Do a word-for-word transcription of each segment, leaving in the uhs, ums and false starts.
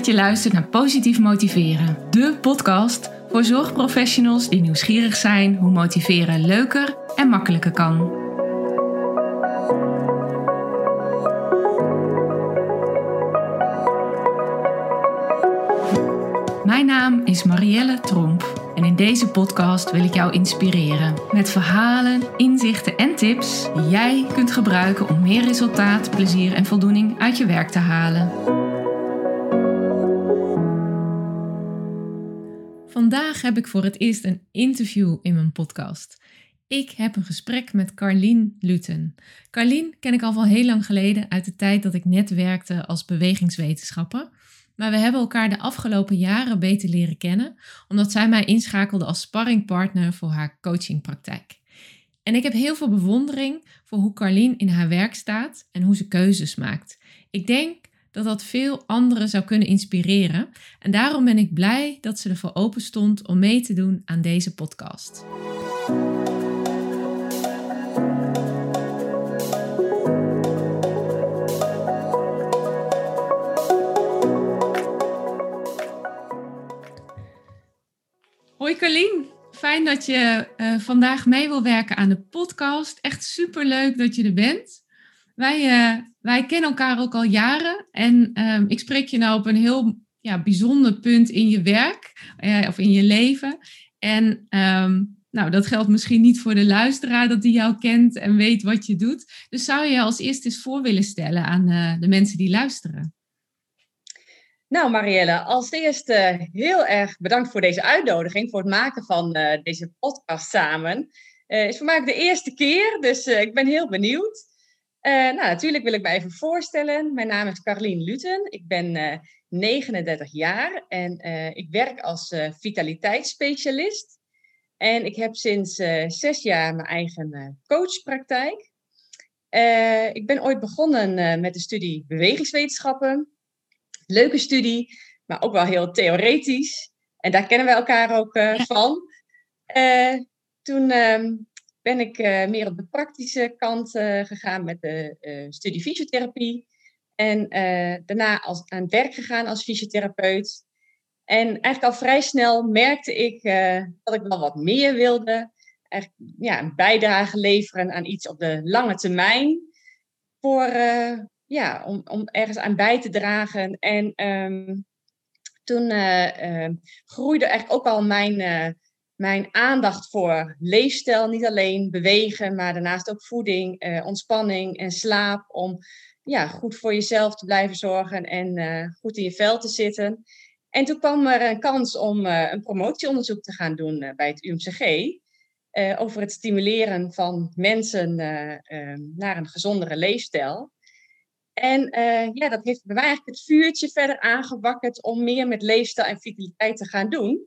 dat je luistert naar Positief Motiveren, de podcast voor zorgprofessionals die nieuwsgierig zijn hoe motiveren leuker en makkelijker kan. Mijn naam is Marielle Tromp en in deze podcast wil ik jou inspireren met verhalen, inzichten en tips die jij kunt gebruiken om meer resultaat, plezier en voldoening uit je werk te halen. Vandaag heb ik voor het eerst een interview in mijn podcast. Ik heb een gesprek met Carlien Luten. Carlien ken ik al van heel lang geleden uit de tijd dat ik net werkte als bewegingswetenschapper. Maar we hebben elkaar de afgelopen jaren beter leren kennen, omdat zij mij inschakelde als sparringpartner voor haar coachingpraktijk. En ik heb heel veel bewondering voor hoe Carlien in haar werk staat en hoe ze keuzes maakt. Ik denk dat dat veel anderen zou kunnen inspireren. En daarom ben ik blij dat ze ervoor open stond om mee te doen aan deze podcast. Hoi Carlien, fijn dat je uh, vandaag mee wil werken aan de podcast. Echt superleuk dat je er bent. Wij, uh, wij kennen elkaar ook al jaren en uh, ik spreek je nou op een heel ja, bijzonder punt in je werk uh, of in je leven. En um, nou, dat geldt misschien niet voor de luisteraar dat die jou kent en weet wat je doet. Dus zou je je als eerst eens voor willen stellen aan uh, de mensen die luisteren? Nou Marielle, als eerste heel erg bedankt voor deze uitnodiging, voor het maken van uh, deze podcast samen. Het uh, is voor mij ook de eerste keer, dus uh, ik ben heel benieuwd. Uh, nou, natuurlijk wil ik me even voorstellen. Mijn naam is Carlien Luten, ik ben uh, negenendertig jaar en uh, ik werk als uh, vitaliteitsspecialist. En ik heb sinds uh, zes jaar mijn eigen uh, coachpraktijk. Uh, ik ben ooit begonnen uh, met de studie bewegingswetenschappen. Leuke studie, maar ook wel heel theoretisch. En daar kennen we elkaar ook uh, van. Uh, toen uh, ben ik uh, meer op de praktische kant uh, gegaan met de uh, studie fysiotherapie. En uh, daarna als, aan het werk gegaan als fysiotherapeut. En eigenlijk al vrij snel merkte ik uh, dat ik wel wat meer wilde. Eigenlijk, ja, een bijdrage leveren aan iets op de lange termijn. Voor... Uh, Ja, om, om ergens aan bij te dragen. En um, toen uh, uh, groeide eigenlijk ook al mijn, uh, mijn aandacht voor leefstijl. Niet alleen bewegen, maar daarnaast ook voeding, uh, ontspanning en slaap. Om ja, goed voor jezelf te blijven zorgen en uh, goed in je vel te zitten. En toen kwam er een kans om uh, een promotieonderzoek te gaan doen uh, bij het U M C G. Uh, over het stimuleren van mensen uh, uh, naar een gezondere leefstijl. En uh, ja, dat heeft bij mij eigenlijk het vuurtje verder aangewakkerd om meer met leefstijl en vitaliteit te gaan doen.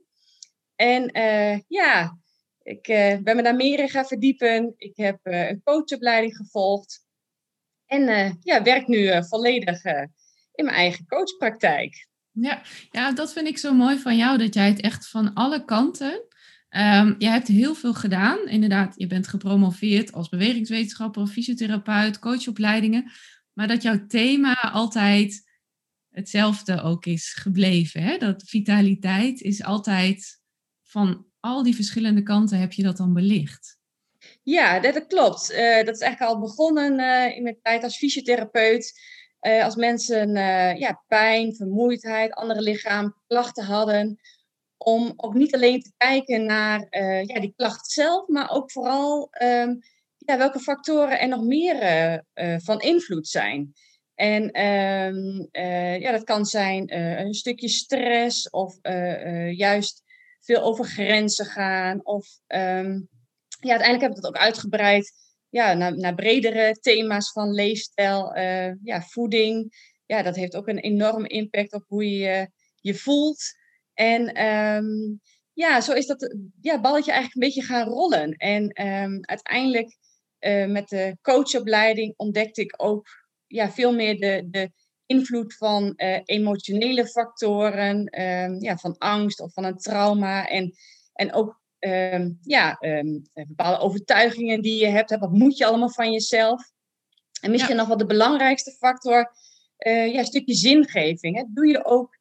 En uh, ja, ik uh, ben me daar meer in gaan verdiepen. Ik heb uh, een coachopleiding gevolgd. En uh, ja, werk nu uh, volledig uh, in mijn eigen coachpraktijk. Ja, ja, dat vind ik zo mooi van jou, dat jij het echt van alle kanten... Um, je hebt heel veel gedaan. Inderdaad, je bent gepromoveerd als bewegingswetenschapper, fysiotherapeut, coachopleidingen... Maar dat jouw thema altijd hetzelfde ook is gebleven. Hè? Dat vitaliteit is altijd van al die verschillende kanten heb je dat dan belicht. Ja, dat, dat klopt. Uh, dat is eigenlijk al begonnen uh, in mijn tijd als fysiotherapeut. Uh, als mensen uh, ja, pijn, vermoeidheid, andere lichaamklachten hadden. Om ook niet alleen te kijken naar uh, ja, die klacht zelf, maar ook vooral... Um, Ja, welke factoren er nog meer uh, uh, van invloed zijn. En um, uh, ja, dat kan zijn uh, een stukje stress of uh, uh, juist veel over grenzen gaan. Of um, ja, uiteindelijk heb ik dat ook uitgebreid ja, naar, naar bredere thema's van leefstijl, uh, ja, voeding. Ja, dat heeft ook een enorme impact op hoe je je, je voelt. En um, ja, zo is dat ja, balletje eigenlijk een beetje gaan rollen. En um, uiteindelijk... Uh, met de coachopleiding ontdekte ik ook ja, veel meer de, de invloed van uh, emotionele factoren, um, ja, van angst of van een trauma. En, en ook um, ja, um, bepaalde overtuigingen die je hebt. Hè, wat moet je allemaal van jezelf? En misschien ja. nog wel de belangrijkste factor, uh, ja, een stukje zingeving. Hè? Doe je er ook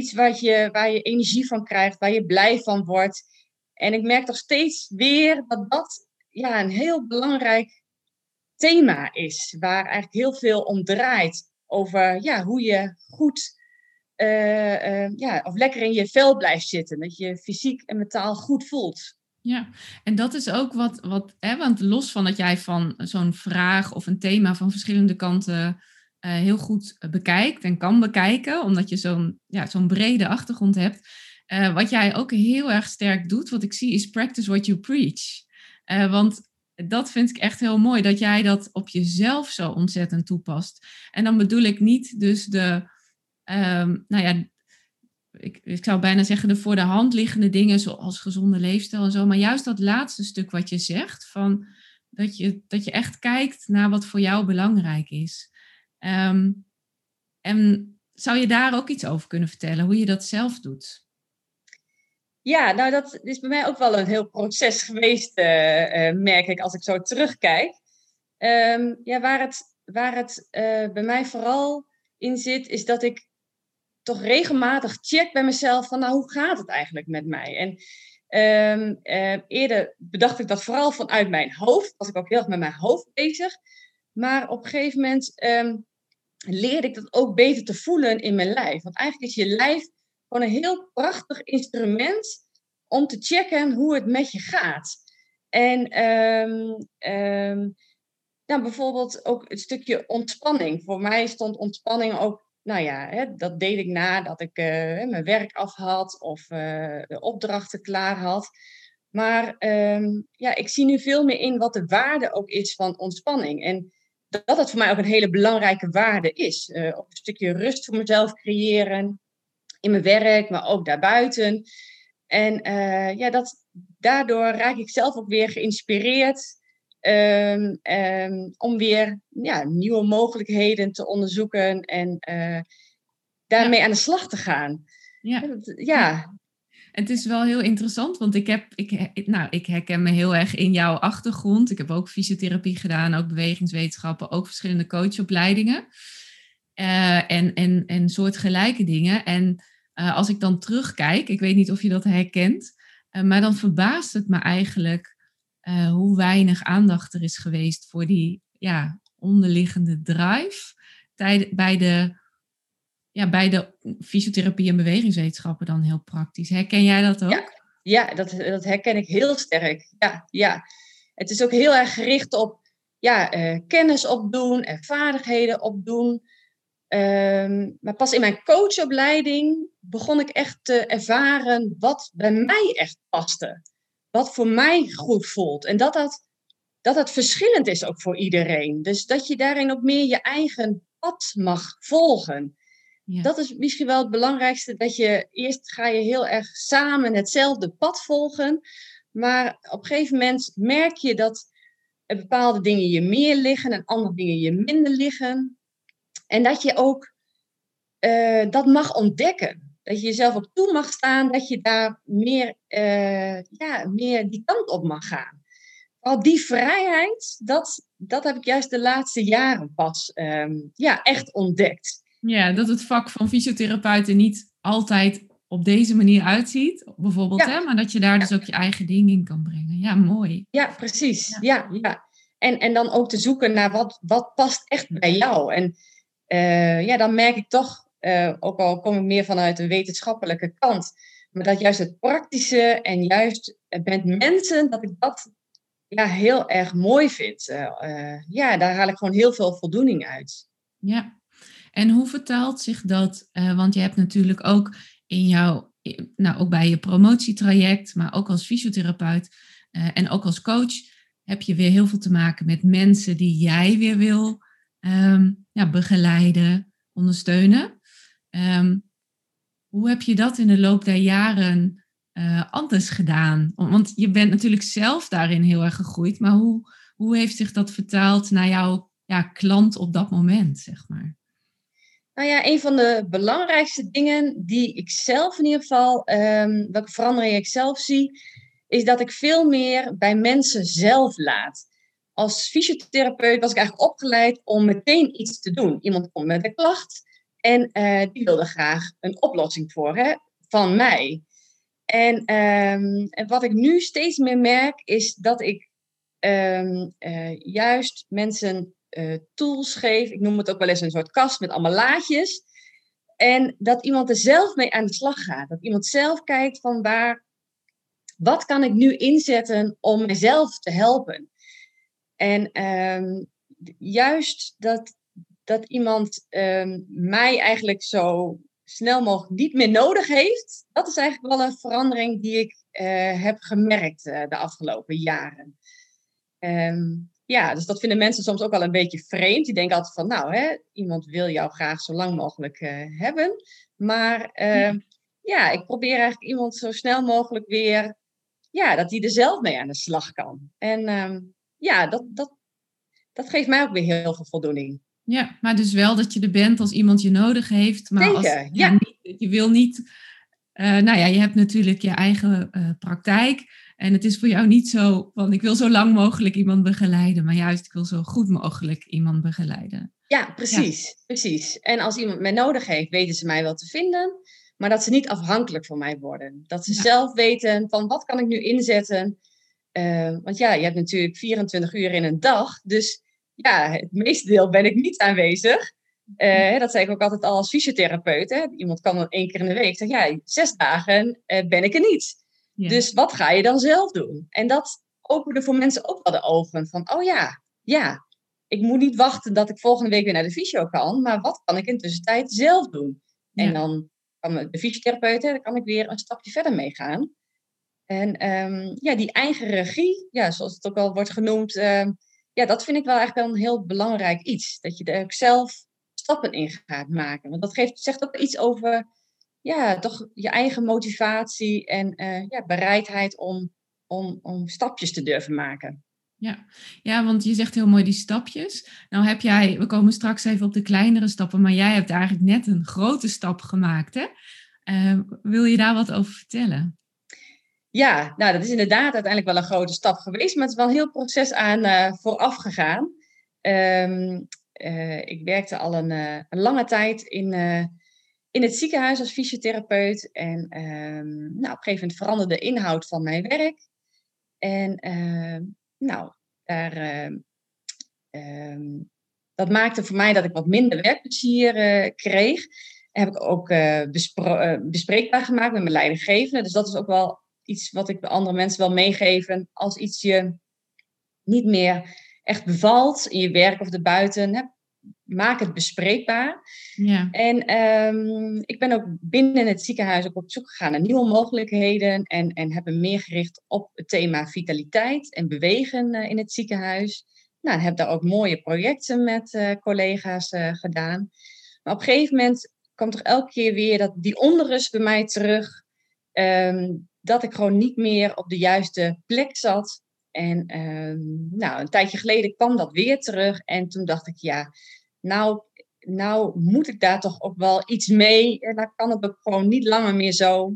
iets wat je, waar je energie van krijgt, waar je blij van wordt. En ik merk toch steeds weer dat dat ja, een heel belangrijk thema is. Waar eigenlijk heel veel om draait. Over ja, hoe je goed, uh, uh, ja, of lekker in je vel blijft zitten. Dat je fysiek en mentaal goed voelt. Ja, en dat is ook wat, wat hè, want los van dat jij van zo'n vraag of een thema van verschillende kanten uh, heel goed bekijkt en kan bekijken, omdat je zo'n ja, zo'n brede achtergrond hebt. Uh, wat jij ook heel erg sterk doet, wat ik zie, is practice what you preach. Uh, want dat vind ik echt heel mooi, dat jij dat op jezelf zo ontzettend toepast. En dan bedoel ik niet dus de, um, nou ja, Ik, ik zou bijna zeggen de voor de hand liggende dingen zoals gezonde leefstijl en zo. Maar juist dat laatste stuk wat je zegt, van dat je, dat je echt kijkt naar wat voor jou belangrijk is. Um, en zou je daar ook iets over kunnen vertellen, hoe je dat zelf doet? Ja, nou dat is bij mij ook wel een heel proces geweest, uh, uh, merk ik, als ik zo terugkijk. Um, ja, waar het, waar het uh, bij mij vooral in zit, is dat ik toch regelmatig check bij mezelf van, nou, hoe gaat het eigenlijk met mij? En um, uh, eerder bedacht ik dat vooral vanuit mijn hoofd. Was ik ook heel erg met mijn hoofd bezig. Maar op een gegeven moment um, leerde ik dat ook beter te voelen in mijn lijf. Want eigenlijk is je lijf gewoon een heel prachtig instrument om te checken hoe het met je gaat. En um, um, nou, bijvoorbeeld ook het stukje ontspanning. Voor mij stond ontspanning ook, nou ja, hè, dat deed ik nadat ik uh, mijn werk af had of uh, de opdrachten klaar had. Maar um, ja, ik zie nu veel meer in wat de waarde ook is van ontspanning. En dat dat voor mij ook een hele belangrijke waarde is. Uh, ook een stukje rust voor mezelf creëren in mijn werk, maar ook daarbuiten. En uh, ja, dat, daardoor raak ik zelf ook weer geïnspireerd um, um, om weer ja, nieuwe mogelijkheden te onderzoeken en uh, daarmee ja. aan de slag te gaan. Ja. Ja. ja. Het is wel heel interessant, want ik, heb, ik, nou, ik herken me heel erg in jouw achtergrond. Ik heb ook fysiotherapie gedaan, ook bewegingswetenschappen, ook verschillende coachopleidingen. Uh, en, en, en soortgelijke dingen. En uh, als ik dan terugkijk, ik weet niet of je dat herkent, uh, maar dan verbaast het me eigenlijk uh, hoe weinig aandacht er is geweest voor die ja, onderliggende drive tijd, bij de... Ja, bij de fysiotherapie en bewegingswetenschappen dan heel praktisch. Herken jij dat ook? Ja, ja dat, dat herken ik heel sterk. Ja, ja. Het is ook heel erg gericht op ja, uh, kennis opdoen en vaardigheden opdoen. Um, maar pas in mijn coachopleiding begon ik echt te ervaren wat bij mij echt paste. Wat voor mij goed voelt. En dat dat, dat dat verschillend is ook voor iedereen. Dus dat je daarin ook meer je eigen pad mag volgen. Ja. Dat is misschien wel het belangrijkste, dat je eerst ga je heel erg samen hetzelfde pad volgen, maar op een gegeven moment merk je dat er bepaalde dingen je meer liggen en andere dingen je minder liggen. En dat je ook uh, dat mag ontdekken. Dat je jezelf ook toe mag staan, dat je daar meer, uh, ja, meer die kant op mag gaan. Al die vrijheid, dat, dat heb ik juist de laatste jaren pas um, ja, echt ontdekt. Ja, dat het vak van fysiotherapeuten niet altijd op deze manier uitziet, bijvoorbeeld, ja. hè? Maar dat je daar dus ja. ook je eigen ding in kan brengen. Ja, mooi. Ja, precies. Ja, ja. ja. En, en dan ook te zoeken naar wat, wat past echt bij jou. En uh, ja, dan merk ik toch, uh, ook al kom ik meer vanuit een wetenschappelijke kant, maar dat juist het praktische en juist met mensen, dat ik dat ja, heel erg mooi vind. Uh, uh, ja, daar haal ik gewoon heel veel voldoening uit. Ja. En hoe vertaalt zich dat, uh, want je hebt natuurlijk ook in jouw, nou ook bij je promotietraject, maar ook als fysiotherapeut uh, en ook als coach, heb je weer heel veel te maken met mensen die jij weer wil um, ja, begeleiden, ondersteunen. Um, hoe heb je dat in de loop der jaren uh, anders gedaan? Want je bent natuurlijk zelf daarin heel erg gegroeid, maar hoe, hoe heeft zich dat vertaald naar jouw ja, klant op dat moment, zeg maar? Nou ja, een van de belangrijkste dingen die ik zelf in ieder geval, um, welke verandering ik zelf zie, is dat ik veel meer bij mensen zelf laat. Als fysiotherapeut was ik eigenlijk opgeleid om meteen iets te doen. Iemand komt met een klacht En uh, die wilde graag een oplossing voor, hè, van mij. En, um, en wat ik nu steeds meer merk, is dat ik um, uh, juist mensen uh, tools geef. Ik noem het ook wel eens een soort kast met allemaal laadjes. En dat iemand er zelf mee aan de slag gaat. Dat iemand zelf kijkt van waar, wat kan ik nu inzetten om mezelf te helpen. En um, juist dat, dat iemand um, mij eigenlijk zo snel mogelijk niet meer nodig heeft. Dat is eigenlijk wel een verandering die ik uh, heb gemerkt uh, de afgelopen jaren. Um, ja, dus dat vinden mensen soms ook wel een beetje vreemd. Die denken altijd van, nou, hè, iemand wil jou graag zo lang mogelijk uh, hebben. Maar uh, ja. ja, ik probeer eigenlijk iemand zo snel mogelijk weer, ja, dat die er zelf mee aan de slag kan. En um, ja, dat, dat, dat geeft mij ook weer heel veel voldoening. Ja, maar dus wel dat je er bent als iemand je nodig heeft. Maar Zeker, als, ja, ja. niet, je wil niet... Uh, nou ja, je hebt natuurlijk je eigen uh, praktijk. En het is voor jou niet zo van, ik wil zo lang mogelijk iemand begeleiden. Maar juist, ik wil zo goed mogelijk iemand begeleiden. Ja, precies, ja. precies. En als iemand mij nodig heeft, weten ze mij wel te vinden. Maar dat ze niet afhankelijk van mij worden. Dat ze ja. zelf weten van, wat kan ik nu inzetten? Uh, want ja, je hebt natuurlijk vierentwintig uur in een dag. Dus ja, het meeste deel ben ik niet aanwezig. Uh, dat zei ik ook altijd al als fysiotherapeut. Hè. Iemand kan dan één keer in de week zeggen, ja, zes dagen uh, ben ik er niet. Ja. Dus wat ga je dan zelf doen? En dat opende voor mensen ook wel de ogen. Van, oh ja, ja, ik moet niet wachten dat ik volgende week weer naar de fysio kan. Maar wat kan ik in de tussentijd zelf doen? Ja. En dan kan de fysiotherapeut, hè, dan kan ik weer een stapje verder meegaan. En um, ja, die eigen regie, ja, zoals het ook al wordt genoemd, uh, ja, dat vind ik wel eigenlijk wel een heel belangrijk iets. Dat je er ook zelf stappen in gaat maken. Want dat geeft, zegt ook iets over, ja, toch je eigen motivatie en uh, ja, bereidheid om, om, om stapjes te durven maken. Ja. ja, want je zegt heel mooi die stapjes. Nou heb jij, we komen straks even op de kleinere stappen, maar jij hebt eigenlijk net een grote stap gemaakt, hè? Uh, wil je daar wat over vertellen? Ja, nou dat is inderdaad uiteindelijk wel een grote stap geweest, maar het is wel een heel proces aan uh, vooraf gegaan. Um, uh, ik werkte al een, uh, een lange tijd in, uh, in het ziekenhuis als fysiotherapeut. En um, nou, op een gegeven moment veranderde de inhoud van mijn werk. En uh, nou, daar, uh, um, dat maakte voor mij dat ik wat minder werkplezier uh, kreeg. Dat heb ik ook uh, bespro- uh, bespreekbaar gemaakt met mijn leidinggevende. Dus dat is ook wel iets wat ik de andere mensen wil meegeven. Als iets je niet meer echt bevalt in je werk of erbuiten, hè, maak het bespreekbaar. Ja. En um, ik ben ook binnen het ziekenhuis ook op zoek gegaan naar nieuwe mogelijkheden. En, en heb me meer gericht op het thema vitaliteit en bewegen uh, in het ziekenhuis. Nou, en heb daar ook mooie projecten met uh, collega's uh, gedaan. Maar op een gegeven moment kwam toch elke keer weer dat, die onrust bij mij terug. Um, dat ik gewoon niet meer op de juiste plek zat. En um, nou, een tijdje geleden kwam dat weer terug. En toen dacht ik, ja, nou, nou moet ik daar toch ook wel iets mee. En dan kan het ook gewoon niet langer meer zo.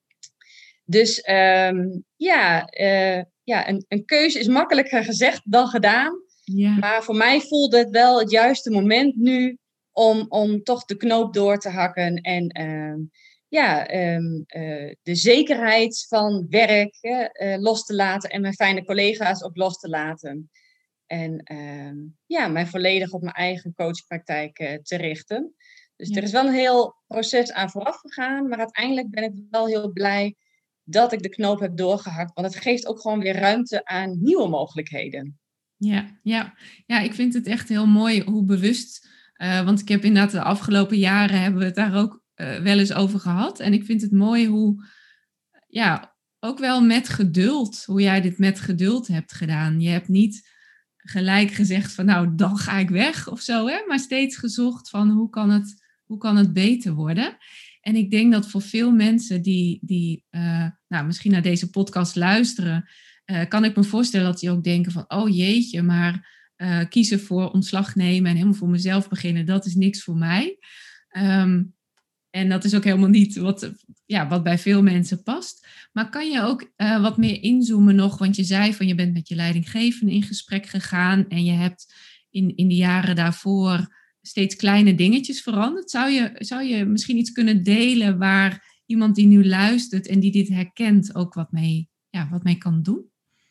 Dus um, ja, uh, ja een, een keuze is makkelijker gezegd dan gedaan. Ja. Maar voor mij voelde het wel het juiste moment nu om, om toch de knoop door te hakken. En um, ja, um, uh, de zekerheid van werk uh, los te laten en mijn fijne collega's ook los te laten. En um, ja, mij volledig op mijn eigen coachpraktijk uh, te richten. Dus ja. Er is wel een heel proces aan vooraf gegaan, maar uiteindelijk ben ik wel heel blij dat ik de knoop heb doorgehakt. Want het geeft ook gewoon weer ruimte aan nieuwe mogelijkheden. Ja, ja. ja ik vind het echt heel mooi hoe bewust, uh, want ik heb inderdaad de afgelopen jaren hebben we het daar ook uh, wel eens over gehad. En ik vind het mooi hoe, ja, ook wel met geduld, hoe jij dit met geduld hebt gedaan. Je hebt niet gelijk gezegd van nou, dan ga ik weg of zo, hè? Maar steeds gezocht van hoe kan het, hoe kan het beter worden. En ik denk dat voor veel mensen die, die uh, nou, misschien naar deze podcast luisteren, uh, kan ik me voorstellen dat die ook denken van oh jeetje, maar uh, kiezen voor ontslag nemen en helemaal voor mezelf beginnen, dat is niks voor mij. Um, en dat is ook helemaal niet wat, ja, wat bij veel mensen past. Maar kan je ook uh, wat meer inzoomen nog? Want je zei van je bent met je leidinggevende in gesprek gegaan. En je hebt in, in de jaren daarvoor steeds kleine dingetjes verandert. Zou je, zou je misschien iets kunnen delen waar iemand die nu luistert en die dit herkent ook wat mee, ja, wat mee kan doen?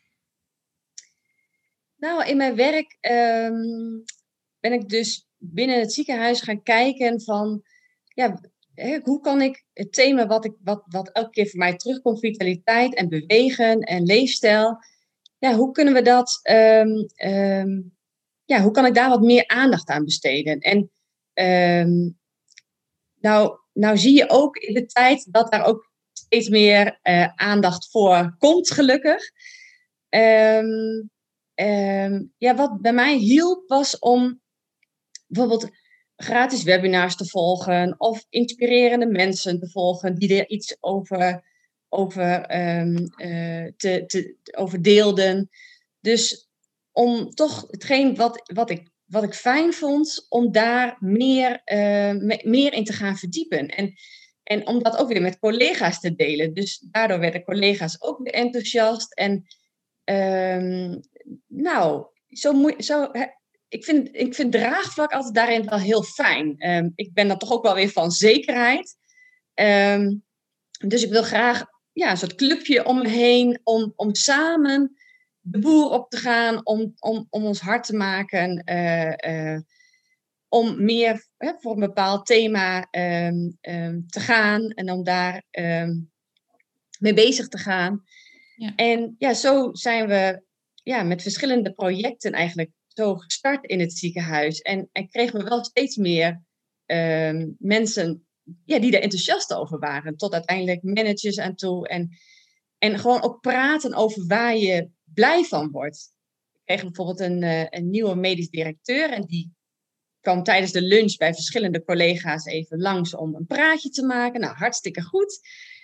Nou, in mijn werk um, ben ik dus binnen het ziekenhuis gaan kijken van, ja, hè, hoe kan ik het thema wat, ik, wat, wat elke keer voor mij terugkomt, vitaliteit en bewegen en leefstijl, ja, hoe kunnen we dat, um, um, ja, hoe kan ik daar wat meer aandacht aan besteden? En um, nou, nou zie je ook in de tijd dat daar ook steeds meer uh, aandacht voor komt, gelukkig. Um, um, ja, wat bij mij hielp was om bijvoorbeeld gratis webinars te volgen of inspirerende mensen te volgen die er iets over, over, um, uh, te, te, over deelden. Dus om toch hetgeen wat, wat, ik, wat ik fijn vond, om daar meer, uh, me, meer in te gaan verdiepen. En, en om dat ook weer met collega's te delen. Dus daardoor werden collega's ook weer enthousiast. En um, nou, zo moet zo. Ik vind, ik vind draagvlak altijd daarin wel heel fijn. Um, ik ben dan toch ook wel weer van zekerheid. Um, dus ik wil graag ja, een soort clubje om me heen om, om samen de boer op te gaan, om, om, om ons hard te maken, uh, uh, om meer uh, voor een bepaald thema um, um, te gaan en om daar um, mee bezig te gaan. Ja. En ja, zo zijn we ja, met verschillende projecten eigenlijk zo gestart in het ziekenhuis. En, en kregen we wel steeds meer um, mensen ja, die er enthousiast over waren. Tot uiteindelijk managers aan toe. En, en gewoon ook praten over waar je blij van wordt. We kregen bijvoorbeeld een, uh, een nieuwe medisch directeur. En die kwam tijdens de lunch bij verschillende collega's even langs om een praatje te maken. Nou, hartstikke goed.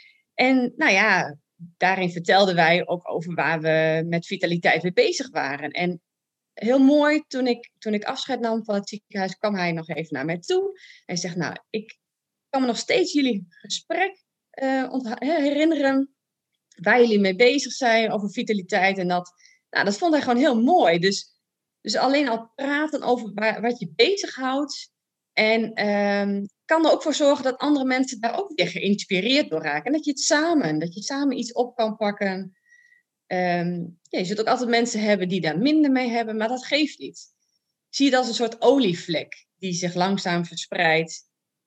En nou ja, daarin vertelden wij ook over waar we met vitaliteit mee bezig waren. En heel mooi, toen ik, toen ik afscheid nam van het ziekenhuis, kwam hij nog even naar mij toe. Hij zegt, nou, ik kan me nog steeds jullie gesprek uh, ontha- herinneren, waar jullie mee bezig zijn over vitaliteit en dat. Nou, dat vond hij gewoon heel mooi. Dus, dus alleen al praten over waar, wat je bezighoudt en um, kan er ook voor zorgen dat andere mensen daar ook weer geïnspireerd door raken. En dat je het samen, dat je samen iets op kan pakken. Um, ja, je zult ook altijd mensen hebben die daar minder mee hebben, maar dat geeft niet. Zie je het als een soort olievlek die zich langzaam verspreidt.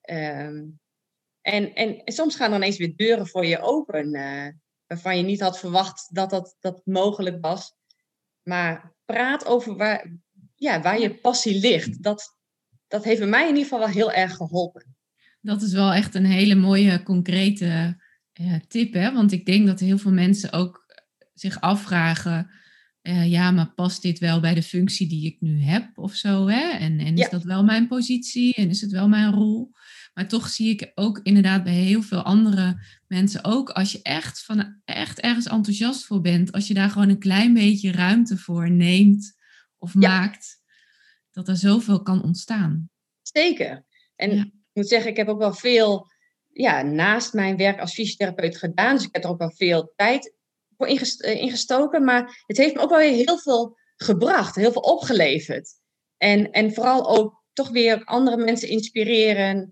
Um, en, en, en soms gaan dan ineens weer deuren voor je open, uh, waarvan je niet had verwacht dat dat, dat mogelijk was. Maar praat over waar, ja, waar je passie ligt. Dat, dat heeft bij mij in ieder geval wel heel erg geholpen. Dat is wel echt een hele mooie, concrete uh, tip, hè? Want ik denk dat heel veel mensen ook zich afvragen, uh, ja, maar past dit wel bij de functie die ik nu heb of zo, hè? En, en is ja. dat wel mijn positie en is het wel mijn rol? Maar toch zie ik ook inderdaad bij heel veel andere mensen ook, als je echt, van, echt ergens enthousiast voor bent, als je daar gewoon een klein beetje ruimte voor neemt of ja. maakt, dat er zoveel kan ontstaan. Zeker. En ja. ik moet zeggen, ik heb ook wel veel ja, naast mijn werk als fysiotherapeut gedaan, dus ik heb er ook wel veel tijd voor ingestoken, maar het heeft me ook wel weer heel veel gebracht, heel veel opgeleverd. En, en vooral ook toch weer andere mensen inspireren.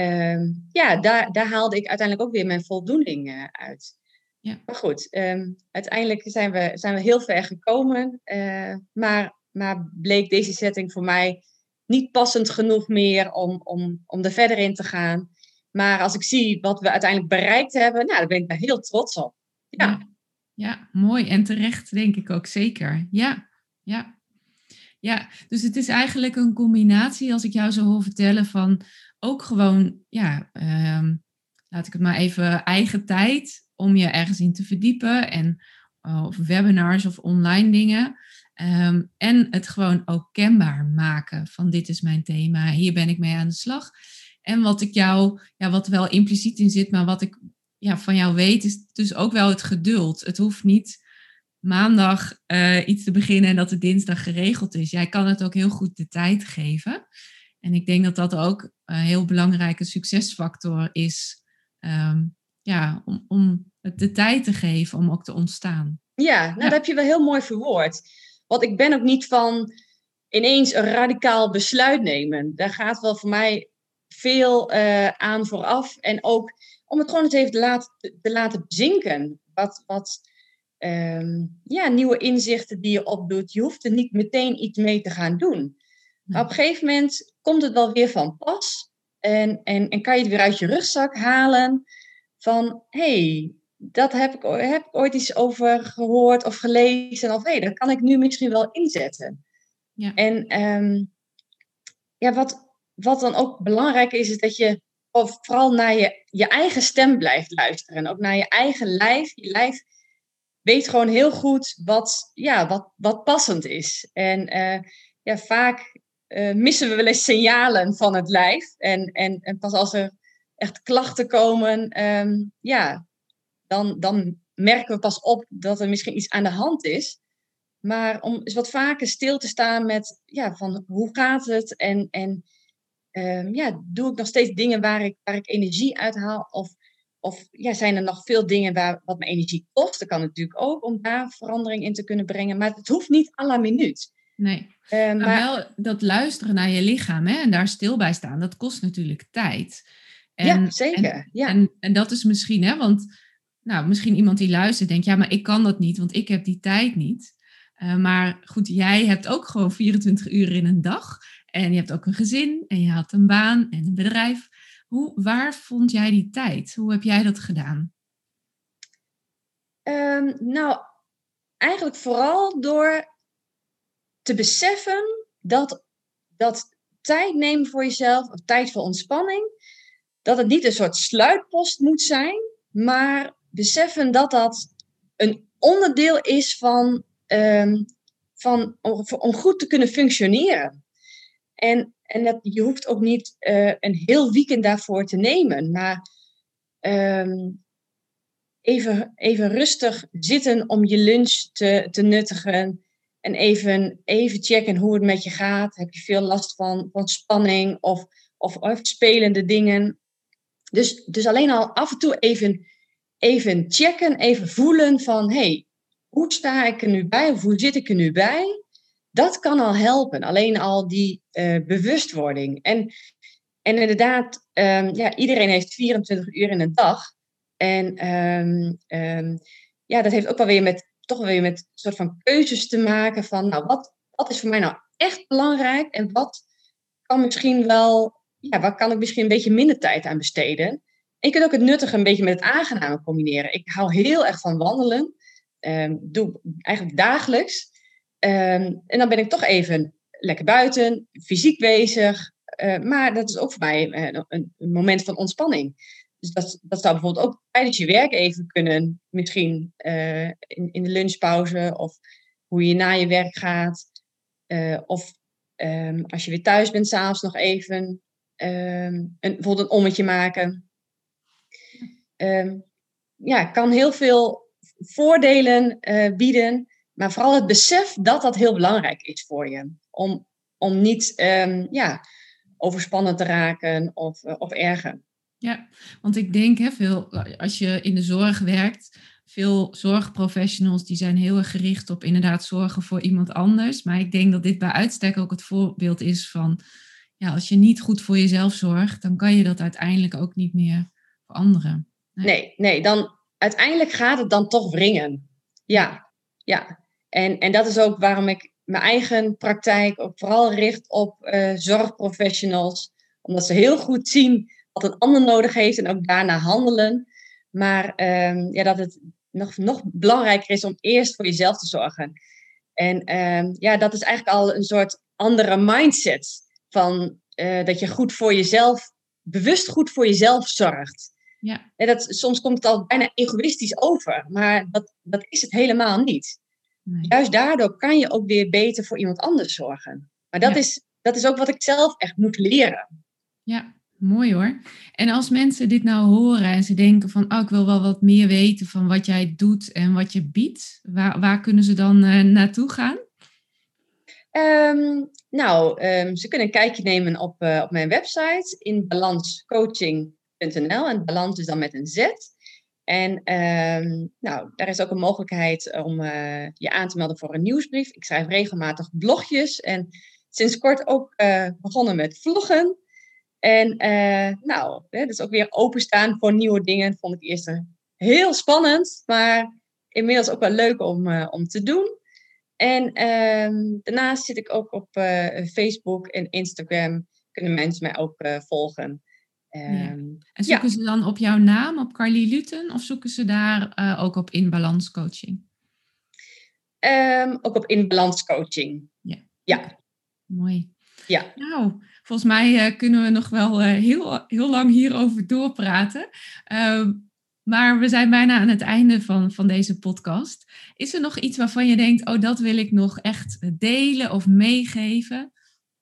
Um, ja, daar, daar haalde ik uiteindelijk ook weer mijn voldoening uh, uit. Ja. Maar goed, um, uiteindelijk zijn we, zijn we heel ver gekomen, uh, maar, maar bleek deze setting voor mij niet passend genoeg meer om, om, om er verder in te gaan. Maar als ik zie wat we uiteindelijk bereikt hebben, nou, daar ben ik daar heel trots op. Ja. Ja. Ja, mooi. En terecht, denk ik ook zeker. Ja, ja. Ja, dus het is eigenlijk een combinatie, als ik jou zo hoor vertellen, van ook gewoon, ja, um, laat ik het maar even, eigen tijd om je ergens in te verdiepen. En, uh, of webinars of online dingen. Um, en het gewoon ook kenbaar maken van dit is mijn thema, hier ben ik mee aan de slag. En wat ik jou, ja, wat wel impliciet in zit, maar wat ik ja, van jou weet, is dus ook wel het geduld. Het hoeft niet maandag uh, iets te beginnen en dat het dinsdag geregeld is. Jij kan het ook heel goed de tijd geven. En ik denk dat dat ook een heel belangrijke succesfactor is. Um, ja, om, om het de tijd te geven om ook te ontstaan. Ja, nou, ja. Dat heb je wel heel mooi verwoord. Want ik ben ook niet van ineens een radicaal besluit nemen. Daar gaat wel voor mij veel uh, aan vooraf. En ook om het gewoon eens even te laten, te laten bezinken. Wat, wat um, ja, nieuwe inzichten die je opdoet. Je hoeft er niet meteen iets mee te gaan doen. Maar op een gegeven moment komt het wel weer van pas. En, en, en kan je het weer uit je rugzak halen. Van, hé, hey, dat heb ik, heb ik ooit iets over gehoord of gelezen. Of hé, hey, dat kan ik nu misschien wel inzetten. Ja. En um, ja, wat, wat dan ook belangrijk is, is dat je of vooral naar je, je eigen stem blijft luisteren. En ook naar je eigen lijf. Je lijf weet gewoon heel goed wat, ja, wat, wat passend is. En uh, ja, vaak uh, missen we wel eens signalen van het lijf. En, en, en pas als er echt klachten komen, um, ja, dan, dan merken we pas op dat er misschien iets aan de hand is. Maar om eens wat vaker stil te staan met, ja, van hoe gaat het? En, en um, ja, doe ik nog steeds dingen waar ik, waar ik energie uit haal? Of, of ja, zijn er nog veel dingen waar, wat me energie kost? Dat kan natuurlijk ook, om daar verandering in te kunnen brengen. Maar het hoeft niet à la minuut. Nee, uh, maar, maar wel dat luisteren naar je lichaam, hè, en daar stil bij staan, dat kost natuurlijk tijd. En, ja, zeker. En, ja. En, en dat is misschien, hè, want nou, misschien iemand die luistert denkt, ja, maar ik kan dat niet, want ik heb die tijd niet. Uh, maar goed, jij hebt ook gewoon vierentwintig uur in een dag. En je hebt ook een gezin en je had een baan en een bedrijf. Hoe, waar vond jij die tijd? Hoe heb jij dat gedaan? Um, nou, eigenlijk vooral door te beseffen dat, dat tijd nemen voor jezelf, of tijd voor ontspanning, dat het niet een soort sluitpost moet zijn, maar beseffen dat dat een onderdeel is van, um, van om, om goed te kunnen functioneren. En, en dat, je hoeft ook niet uh, een heel weekend daarvoor te nemen, maar um, even, even rustig zitten om je lunch te, te nuttigen. En even, even checken hoe het met je gaat. Heb je veel last van, van spanning of, of, of spelende dingen? Dus, dus alleen al af en toe even, even checken, even voelen van, hey, hoe sta ik er nu bij of hoe zit ik er nu bij? Dat kan al helpen, alleen al die uh, bewustwording. En, en inderdaad, um, ja, iedereen heeft vierentwintig uur in een dag. En um, um, ja, dat heeft ook wel weer met, toch wel weer met een soort van keuzes te maken van, nou, wat, wat is voor mij nou echt belangrijk en wat kan misschien wel, ja, waar kan ik misschien een beetje minder tijd aan besteden? En je kunt ook het nuttige een beetje met het aangename combineren. Ik hou heel erg van wandelen. Um, doe eigenlijk dagelijks. Um, en dan ben ik toch even lekker buiten, fysiek bezig. Uh, maar dat is ook voor mij uh, een, een moment van ontspanning. Dus dat, dat zou bijvoorbeeld ook tijdens je werk even kunnen. Misschien uh, in, in de lunchpauze. Of hoe je na je werk gaat. Uh, of um, als je weer thuis bent, s'avonds nog even um, een, bijvoorbeeld een ommetje maken. Um, ja, kan heel veel voordelen uh, bieden. Maar vooral het besef dat dat heel belangrijk is voor je. Om, om niet um, ja, overspannen te raken of, uh, of erger. Ja, want ik denk, hè, veel, als je in de zorg werkt, veel zorgprofessionals die zijn heel erg gericht op inderdaad zorgen voor iemand anders. Maar ik denk dat dit bij uitstek ook het voorbeeld is van, ja, als je niet goed voor jezelf zorgt, dan kan je dat uiteindelijk ook niet meer voor anderen. Nee, nee, nee dan uiteindelijk gaat het dan toch wringen. Ja, ja. En, en dat is ook waarom ik mijn eigen praktijk ook vooral richt op uh, zorgprofessionals. Omdat ze heel goed zien wat een ander nodig heeft en ook daarna handelen. Maar um, ja, dat het nog, nog belangrijker is om eerst voor jezelf te zorgen. En um, ja, dat is eigenlijk al een soort andere mindset. Van uh, dat je goed voor jezelf, bewust goed voor jezelf zorgt. Ja. En dat, soms komt het al bijna egoïstisch over. Maar dat, dat is het helemaal niet. Nee. Juist daardoor kan je ook weer beter voor iemand anders zorgen. Maar dat, ja. is, dat is ook wat ik zelf echt moet leren. Ja. Mooi hoor. En als mensen dit nou horen en ze denken van, oh, ik wil wel wat meer weten van wat jij doet en wat je biedt, waar, waar kunnen ze dan uh, naartoe gaan? Um, nou, um, ze kunnen een kijkje nemen op, uh, op mijn website in balans coaching punt n l en balans is dan met een Z. En um, nou, daar is ook een mogelijkheid om uh, je aan te melden voor een nieuwsbrief. Ik schrijf regelmatig blogjes en sinds kort ook uh, begonnen met vloggen. En uh, nou, hè, dus ook weer openstaan voor nieuwe dingen. Vond ik eerst heel spannend, maar inmiddels ook wel leuk om, uh, om te doen. En uh, daarnaast zit ik ook op uh, Facebook en Instagram. Kunnen mensen mij ook uh, volgen. Um, ja. En zoeken ja. ze dan op jouw naam, op Carlie Luten? Of zoeken ze daar uh, ook op In Balans Coaching? Um, ook op In Balans Coaching. Ja. ja. Mooi. Ja. Nou, volgens mij uh, kunnen we nog wel uh, heel, heel lang hierover doorpraten. Uh, maar we zijn bijna aan het einde van, van deze podcast. Is er nog iets waarvan je denkt, oh, dat wil ik nog echt delen of meegeven?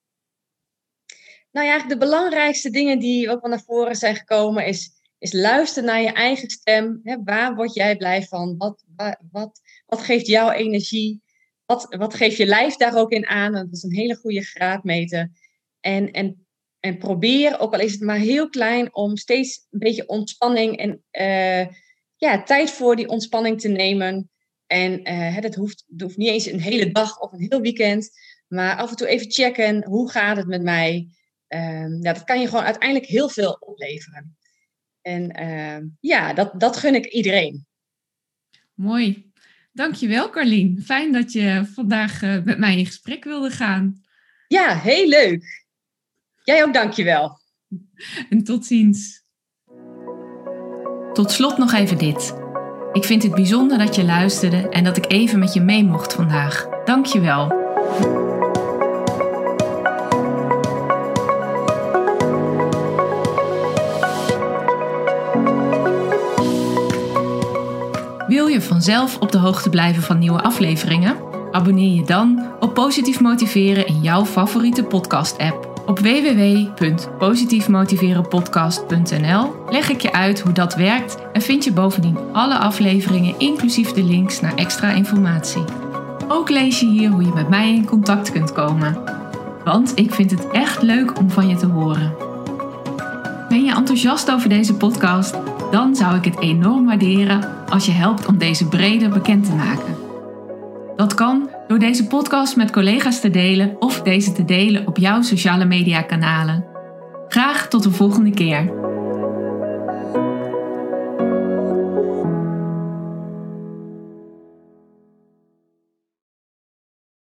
Nou ja, de belangrijkste dingen die ook wel naar voren zijn gekomen is, is luisteren naar je eigen stem. Hè, waar word jij blij van? Wat, wat, wat geeft jouw energie? Wat, wat geeft je lijf daar ook in aan? Dat is een hele goede graadmeter. En, en, en probeer, ook al is het maar heel klein, om steeds een beetje ontspanning en uh, ja, tijd voor die ontspanning te nemen. En uh, dat hoeft, dat hoeft niet eens een hele dag of een heel weekend. Maar af en toe even checken, hoe gaat het met mij? Um, ja, dat kan je gewoon uiteindelijk heel veel opleveren. En uh, ja, dat, dat gun ik iedereen. Mooi. Dankjewel, Carlien. Fijn dat je vandaag uh, met mij in gesprek wilde gaan. Ja, heel leuk. Jij ook dankjewel. En tot ziens. Tot slot nog even dit. Ik vind het bijzonder dat je luisterde en dat ik even met je mee mocht vandaag. Dankjewel. Wil je vanzelf op de hoogte blijven van nieuwe afleveringen? Abonneer je dan op Positief Motiveren in jouw favoriete podcast-app. Op w w w punt positief motiveren podcast punt n l leg ik je uit hoe dat werkt en vind je bovendien alle afleveringen inclusief de links naar extra informatie. Ook lees je hier hoe je met mij in contact kunt komen. Want ik vind het echt leuk om van je te horen. Ben je enthousiast over deze podcast? Dan zou ik het enorm waarderen als je helpt om deze breder bekend te maken. Dat kan door deze podcast met collega's te delen of deze te delen op jouw sociale media kanalen. Graag tot de volgende keer.